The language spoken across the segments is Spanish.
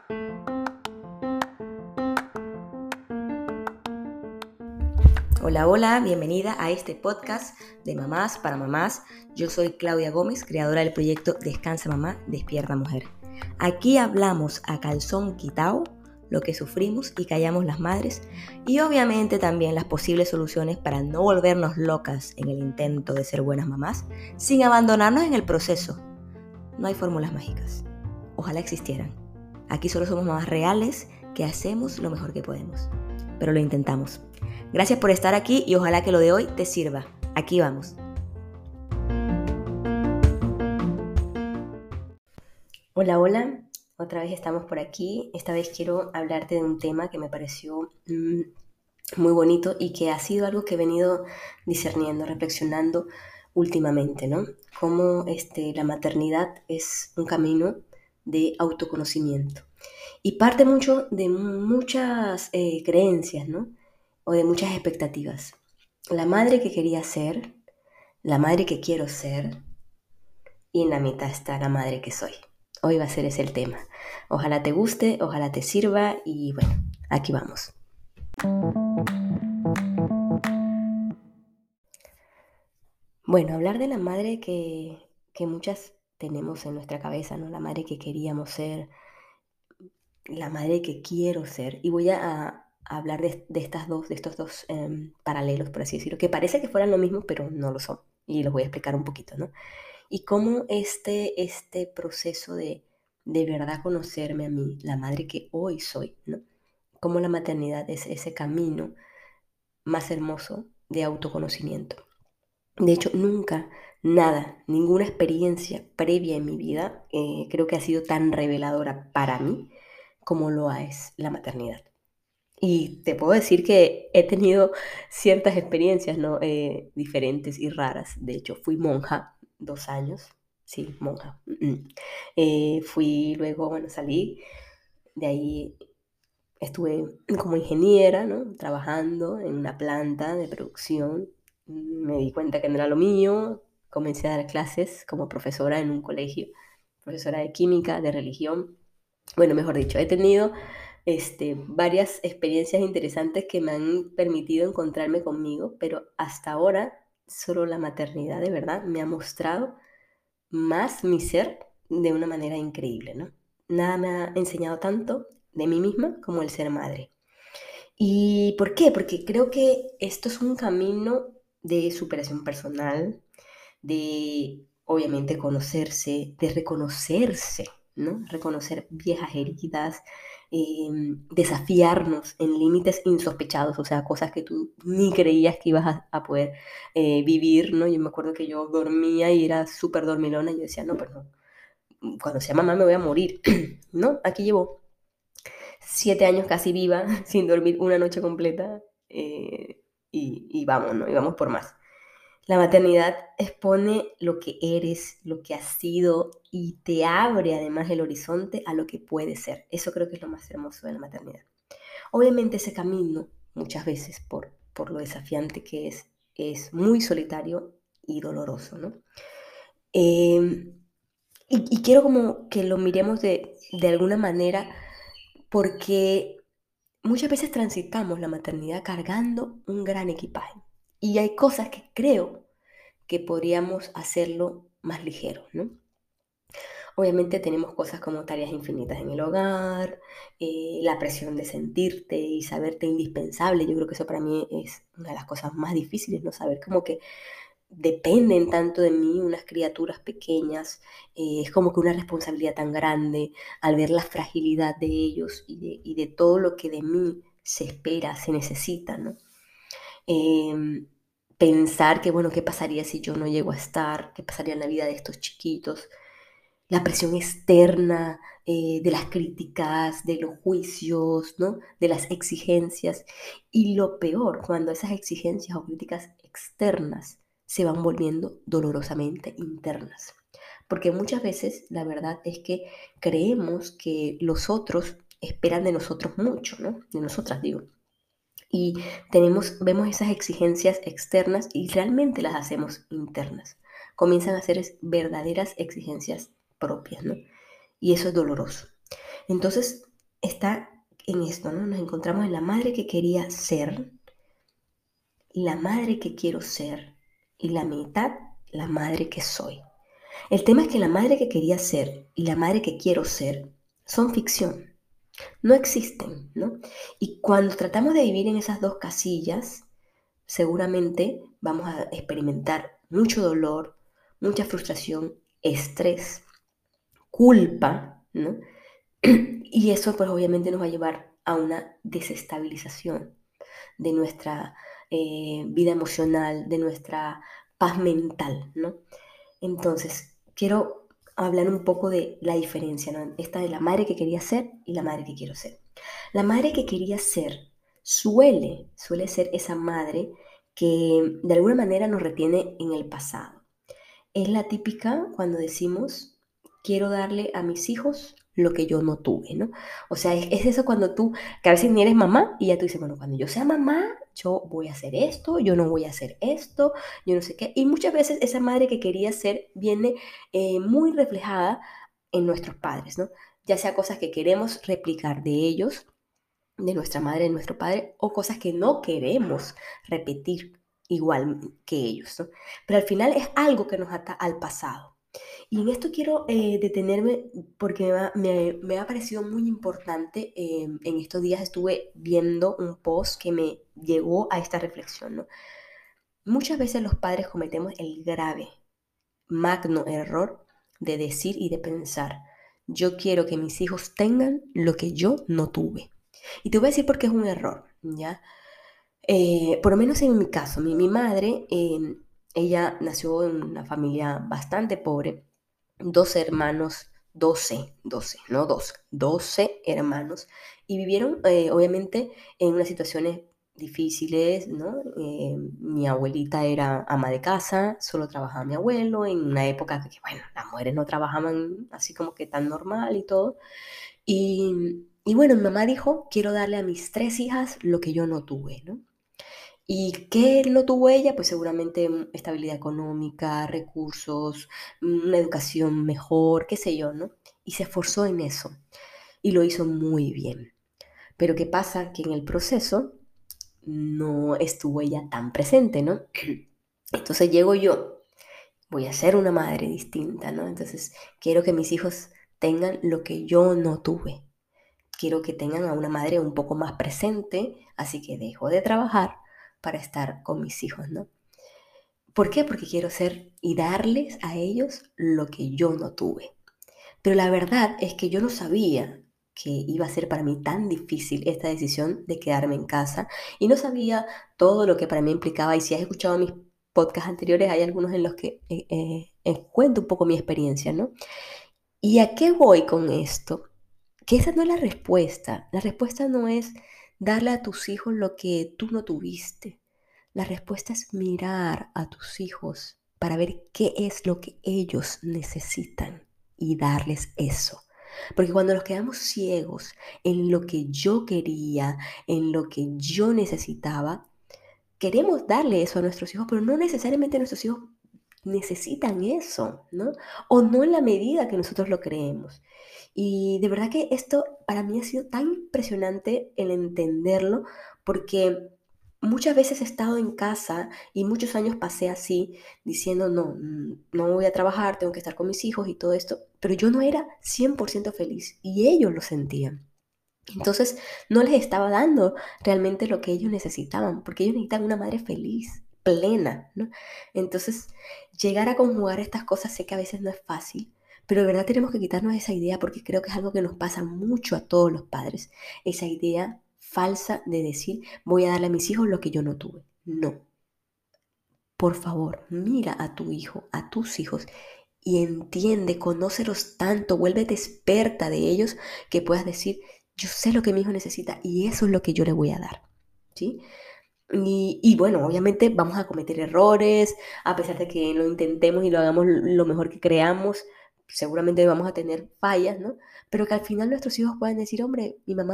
Hola, hola, bienvenida a este podcast de Mamás para Mamás. Yo soy Claudia Gómez, creadora del proyecto Descansa Mamá, Despierta Mujer. Aquí hablamos a calzón quitao lo que sufrimos y callamos las madres y obviamente también las posibles soluciones para no volvernos locas en el intento de ser buenas mamás sin abandonarnos en el proceso. No hay fórmulas mágicas. Ojalá existieran. Aquí solo somos mamás reales que hacemos lo mejor que podemos, pero lo intentamos. Gracias por estar aquí y ojalá que lo de hoy te sirva. Aquí vamos. Hola, hola. Otra vez estamos por aquí. Esta vez quiero hablarte de un tema que me pareció muy bonito y que ha sido algo que he venido discerniendo, reflexionando últimamente, ¿no? Cómo la maternidad es un camino de autoconocimiento y parte mucho de muchas creencias, ¿no? O de muchas expectativas. La madre que quería ser, la madre que quiero ser y en la mitad está la madre que soy. Hoy va a ser ese el tema. Ojalá te guste, ojalá te sirva y bueno, aquí vamos. Bueno, hablar de la madre que muchas tenemos en nuestra cabeza, ¿no? La madre que queríamos ser, la madre que quiero ser. Y voy a hablar de estos dos paralelos, por así decirlo, que parece que fueran lo mismo, pero no lo son. Y los voy a explicar un poquito, ¿no? Y cómo este proceso de verdad conocerme a mí, la madre que hoy soy, ¿no? Cómo la maternidad es ese camino más hermoso de autoconocimiento. De hecho, nunca, nada, ninguna experiencia previa en mi vida creo que ha sido tan reveladora para mí como lo es la maternidad. Y te puedo decir que he tenido ciertas experiencias, ¿no? Diferentes y raras. De hecho, fui monja 2 años. Sí, monja. Fui luego, bueno, salí. De ahí estuve como ingeniera, ¿no? Trabajando en una planta de producción. Me di cuenta que no era lo mío. Comencé a dar clases como profesora en un colegio. Profesora de química, de religión. Bueno, mejor dicho, he tenido varias experiencias interesantes que me han permitido encontrarme conmigo, pero hasta ahora solo la maternidad de verdad me ha mostrado más mi ser de una manera increíble, ¿no? Nada me ha enseñado tanto de mí misma como el ser madre. ¿Y por qué? Porque creo que esto es un camino de superación personal, de obviamente conocerse, de reconocerse, ¿no? Reconocer viejas heridas, desafiarnos en límites insospechados, o sea, cosas que tú ni creías que ibas a poder vivir, ¿no? Yo me acuerdo que yo dormía y era súper dormilona y yo decía, no, pues no, cuando sea mamá me voy a morir, ¿no? Aquí llevo 7 años casi viva, sin dormir una noche completa y vamos, ¿no? Y vamos por más. La maternidad expone lo que eres, lo que has sido y te abre además el horizonte a lo que puede ser. Eso creo que es lo más hermoso de la maternidad. Obviamente ese camino, muchas veces por lo desafiante que es muy solitario y doloroso, ¿no? Eh, y quiero como que lo miremos de alguna manera porque muchas veces transitamos la maternidad cargando un gran equipaje. Y hay cosas que creo que podríamos hacerlo más ligero, ¿no? Obviamente tenemos cosas como tareas infinitas en el hogar, la presión de sentirte y saberte indispensable. Yo creo que eso para mí es una de las cosas más difíciles, ¿no? Saber como que dependen tanto de mí unas criaturas pequeñas, es como que una responsabilidad tan grande al ver la fragilidad de ellos y de todo lo que de mí se espera, se necesita, ¿no? Pensar que, bueno, ¿qué pasaría si yo no llego a estar? ¿Qué pasaría en la vida de estos chiquitos? La presión externa, de las críticas, de los juicios, ¿no? De las exigencias. Y lo peor, cuando esas exigencias o críticas externas se van volviendo dolorosamente internas. Porque muchas veces la verdad es que creemos que los otros esperan de nosotros mucho, ¿no? De nosotras, digo. Y vemos esas exigencias externas y realmente las hacemos internas. Comienzan a ser verdaderas exigencias propias, ¿no? Y eso es doloroso. Entonces, está en esto, ¿no? Nos encontramos en la madre que quería ser, la madre que quiero ser y la mitad, la madre que soy. El tema es que la madre que quería ser y la madre que quiero ser son ficción, no existen, ¿no? Y cuando tratamos de vivir en esas dos casillas, seguramente vamos a experimentar mucho dolor, mucha frustración, estrés, culpa, ¿no? Y eso pues obviamente nos va a llevar a una desestabilización de nuestra vida emocional, de nuestra paz mental, ¿no? Entonces, quiero hablar un poco de la diferencia, ¿no? Esta de la madre que quería ser y la madre que quiero ser. La madre que quería ser suele ser esa madre que de alguna manera nos retiene en el pasado. Es la típica cuando decimos, quiero darle a mis hijos lo que yo no tuve, ¿no? O sea, es eso cuando tú, que a veces ni eres mamá y ya tú dices, bueno, cuando yo sea mamá, yo voy a hacer esto, yo no voy a hacer esto, yo no sé qué. Y muchas veces esa madre que quería ser viene muy reflejada en nuestros padres, ¿no? Ya sea cosas que queremos replicar de ellos, de nuestra madre, de nuestro padre, o cosas que no queremos repetir igual que ellos, ¿no? Pero al final es algo que nos ata al pasado. Y en esto quiero detenerme porque me ha parecido muy importante. En estos días estuve viendo un post que me llegó a esta reflexión, ¿no? Muchas veces los padres cometemos el grave, magno error de decir y de pensar, yo quiero que mis hijos tengan lo que yo no tuve. Y te voy a decir por qué es un error, ¿ya? Por lo menos en mi caso, mi madre, ella nació en una familia bastante pobre, 12 hermanos, 12 no 12, 12 hermanos, y vivieron obviamente en unas situaciones difíciles, ¿no? Mi abuelita era ama de casa, solo trabajaba mi abuelo, en una época que, bueno, las mujeres no trabajaban así como que tan normal y todo. Y bueno, mi mamá dijo, quiero darle a mis tres hijas lo que yo no tuve, ¿no? ¿Y qué no tuvo ella? Pues seguramente estabilidad económica, recursos, una educación mejor, qué sé yo, ¿no? Y se esforzó en eso y lo hizo muy bien. Pero ¿qué pasa? Que en el proceso no estuvo ella tan presente, ¿no? Entonces llego yo, voy a ser una madre distinta, ¿no? Entonces quiero que mis hijos tengan lo que yo no tuve. Quiero que tengan a una madre un poco más presente, así que dejo de trabajar para estar con mis hijos, ¿no? ¿Por qué? Porque quiero ser y darles a ellos lo que yo no tuve. Pero la verdad es que yo no sabía que iba a ser para mí tan difícil esta decisión de quedarme en casa y no sabía todo lo que para mí implicaba. Y si has escuchado mis podcasts anteriores, hay algunos en los que cuento un poco mi experiencia, ¿no? ¿Y a qué voy con esto? Que esa no es la respuesta. La respuesta no es darle a tus hijos lo que tú no tuviste. La respuesta es mirar a tus hijos para ver qué es lo que ellos necesitan y darles eso. Porque cuando nos quedamos ciegos en lo que yo quería, en lo que yo necesitaba, queremos darle eso a nuestros hijos, pero no necesariamente nuestros hijos necesitan eso, ¿no? O no en la medida que nosotros lo creemos. Y de verdad que esto para mí ha sido tan impresionante el entenderlo, porque muchas veces he estado en casa y muchos años pasé así, diciendo, no, no voy a trabajar, tengo que estar con mis hijos y todo esto, pero yo no era 100% feliz y ellos lo sentían. Entonces no les estaba dando realmente lo que ellos necesitaban, porque ellos necesitan una madre feliz, plena, ¿no? Entonces, llegar a conjugar estas cosas sé que a veces no es fácil, pero de verdad tenemos que quitarnos esa idea porque creo que es algo que nos pasa mucho a todos los padres, esa idea falsa de decir voy a darle a mis hijos lo que yo no tuve. No, por favor, mira a tu hijo, a tus hijos y entiende, conócelos tanto, vuélvete experta de ellos que puedas decir, yo sé lo que mi hijo necesita y eso es lo que yo le voy a dar, ¿sí? Y bueno, obviamente vamos a cometer errores, a pesar de que lo intentemos y lo hagamos lo mejor que creamos, seguramente vamos a tener fallas, ¿no? Pero que al final nuestros hijos puedan decir, hombre, mi mamá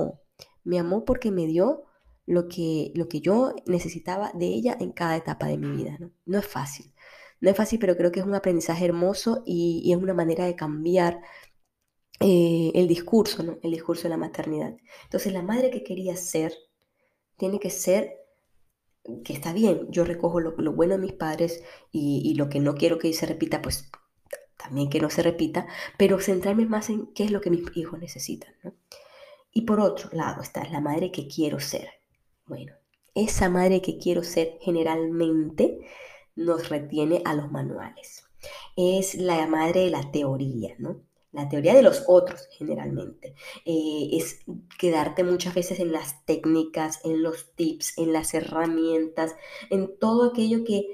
me amó porque me dio lo que yo necesitaba de ella en cada etapa de mi vida, ¿no? No es fácil, no es fácil, pero creo que es un aprendizaje hermoso y es una manera de cambiar el discurso, ¿no? El discurso de la maternidad. Entonces, la madre que quería ser, tiene que ser, que está bien, yo recojo lo bueno de mis padres y lo que no quiero que se repita, pues también que no se repita, pero centrarme más en qué es lo que mis hijos necesitan, ¿no? Y por otro lado está la madre que quiero ser. Bueno, esa madre que quiero ser generalmente nos retiene a los manuales. Es la madre de la teoría, ¿no? La teoría de los otros, generalmente. Es quedarte muchas veces en las técnicas, en los tips, en las herramientas, en todo aquello que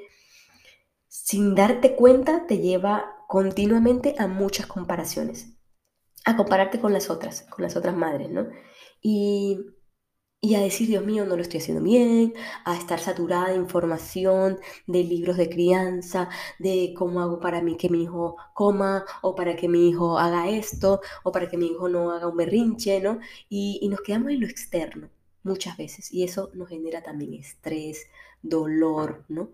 sin darte cuenta te lleva continuamente a muchas comparaciones, a compararte con las otras madres, ¿no? Y, y a decir, Dios mío, no lo estoy haciendo bien, a estar saturada de información, de libros de crianza, de cómo hago para mí que mi hijo coma, o para que mi hijo haga esto, o para que mi hijo no haga un berrinche, ¿no? Y nos quedamos en lo externo muchas veces, y eso nos genera también estrés, dolor, ¿no?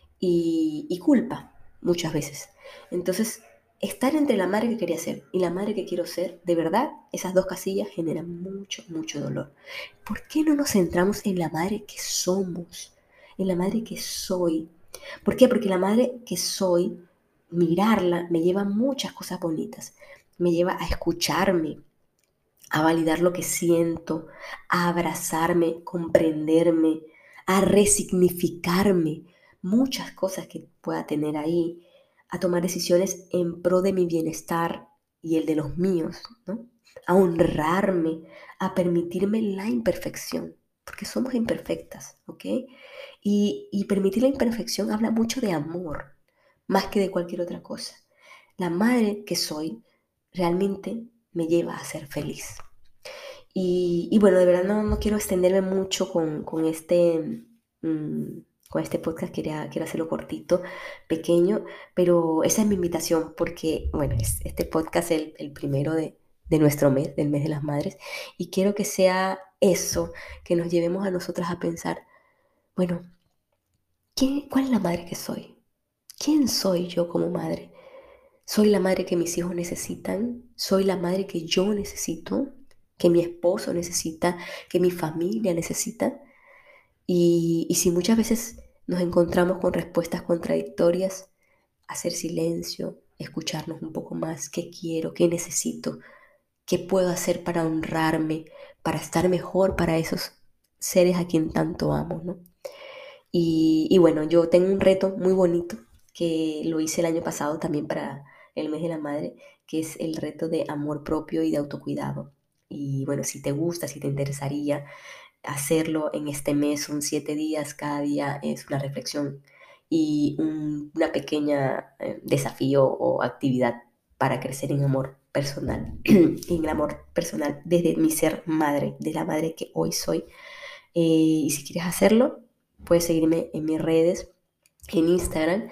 Y culpa muchas veces. Entonces, estar entre la madre que quería ser y la madre que quiero ser, de verdad, esas dos casillas generan mucho, mucho dolor. ¿Por qué no nos centramos en la madre que somos? En la madre que soy. ¿Por qué? Porque la madre que soy, mirarla, me lleva a muchas cosas bonitas. Me lleva a escucharme, a validar lo que siento, a abrazarme, comprenderme, a resignificarme, muchas cosas que pueda tener ahí, a tomar decisiones en pro de mi bienestar y el de los míos, ¿no? A honrarme, a permitirme la imperfección, porque somos imperfectas, ¿ok? Y permitir la imperfección habla mucho de amor, más que de cualquier otra cosa. La madre que soy realmente me lleva a ser feliz. Y bueno, de verdad no quiero extenderme mucho mm, con este podcast, quiero hacerlo cortito, pequeño, pero esa es mi invitación porque, bueno, este podcast es el primero de nuestro mes, del mes de las madres, y quiero que sea eso, que nos llevemos a nosotras a pensar, bueno, ¿cuál es la madre que soy? ¿Quién soy yo como madre? ¿Soy la madre que mis hijos necesitan? ¿Soy la madre que yo necesito? ¿Que mi esposo necesita? ¿Que mi familia necesita? Y si muchas veces nos encontramos con respuestas contradictorias, hacer silencio, escucharnos un poco más, qué quiero, qué necesito, qué puedo hacer para honrarme, para estar mejor para esos seres a quien tanto amo, ¿no? Y bueno, yo tengo un reto muy bonito que lo hice el año pasado también para el mes de la madre, que es el reto de amor propio y de autocuidado. Y bueno, si te gusta, si te interesaría hacerlo en este mes, son 7 días, cada día es una reflexión y una pequeña desafío o actividad para crecer en amor personal, en el amor personal desde mi ser madre, de la madre que hoy soy. Y si quieres hacerlo, puedes seguirme en mis redes, en Instagram,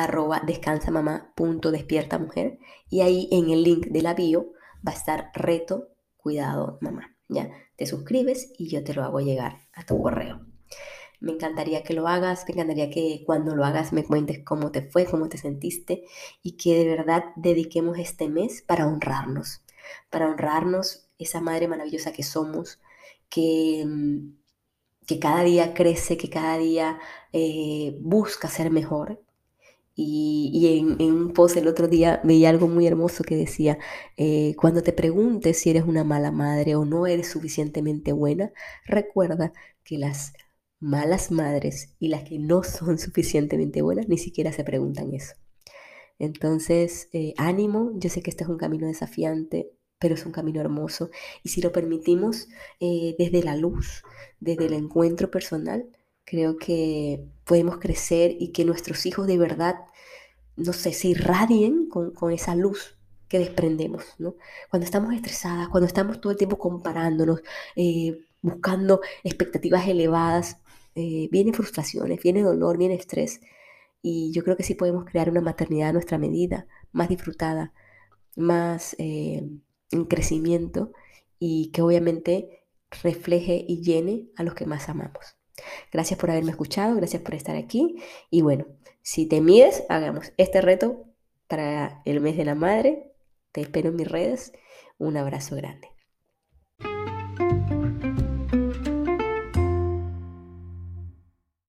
@descansamamá.despiertamujer, y ahí en el link de la bio va a estar reto cuidado mamá. Ya, te suscribes y yo te lo hago llegar a tu correo. Me encantaría que lo hagas, me encantaría que cuando lo hagas me cuentes cómo te fue, cómo te sentiste y que de verdad dediquemos este mes para honrarnos esa madre maravillosa que somos, que, que cada día crece, que cada día busca ser mejor. Y en un post el otro día veía algo muy hermoso que decía, cuando te preguntes si eres una mala madre o no eres suficientemente buena, recuerda que las malas madres y las que no son suficientemente buenas ni siquiera se preguntan eso. Entonces, ánimo, yo sé que este es un camino desafiante, pero es un camino hermoso. Y si lo permitimos desde la luz, desde el encuentro personal, creo que podemos crecer y que nuestros hijos de verdad, no sé, se irradien con esa luz que desprendemos, ¿no? Cuando estamos estresadas, cuando estamos todo el tiempo comparándonos, buscando expectativas elevadas, vienen frustraciones, viene dolor, viene estrés. Y yo creo que sí podemos crear una maternidad a nuestra medida, más disfrutada, más en crecimiento y que obviamente refleje y llene a los que más amamos. Gracias por haberme escuchado, gracias por estar aquí y bueno, si te mides, hagamos este reto para el mes de la madre. Te espero en mis redes. Un abrazo grande.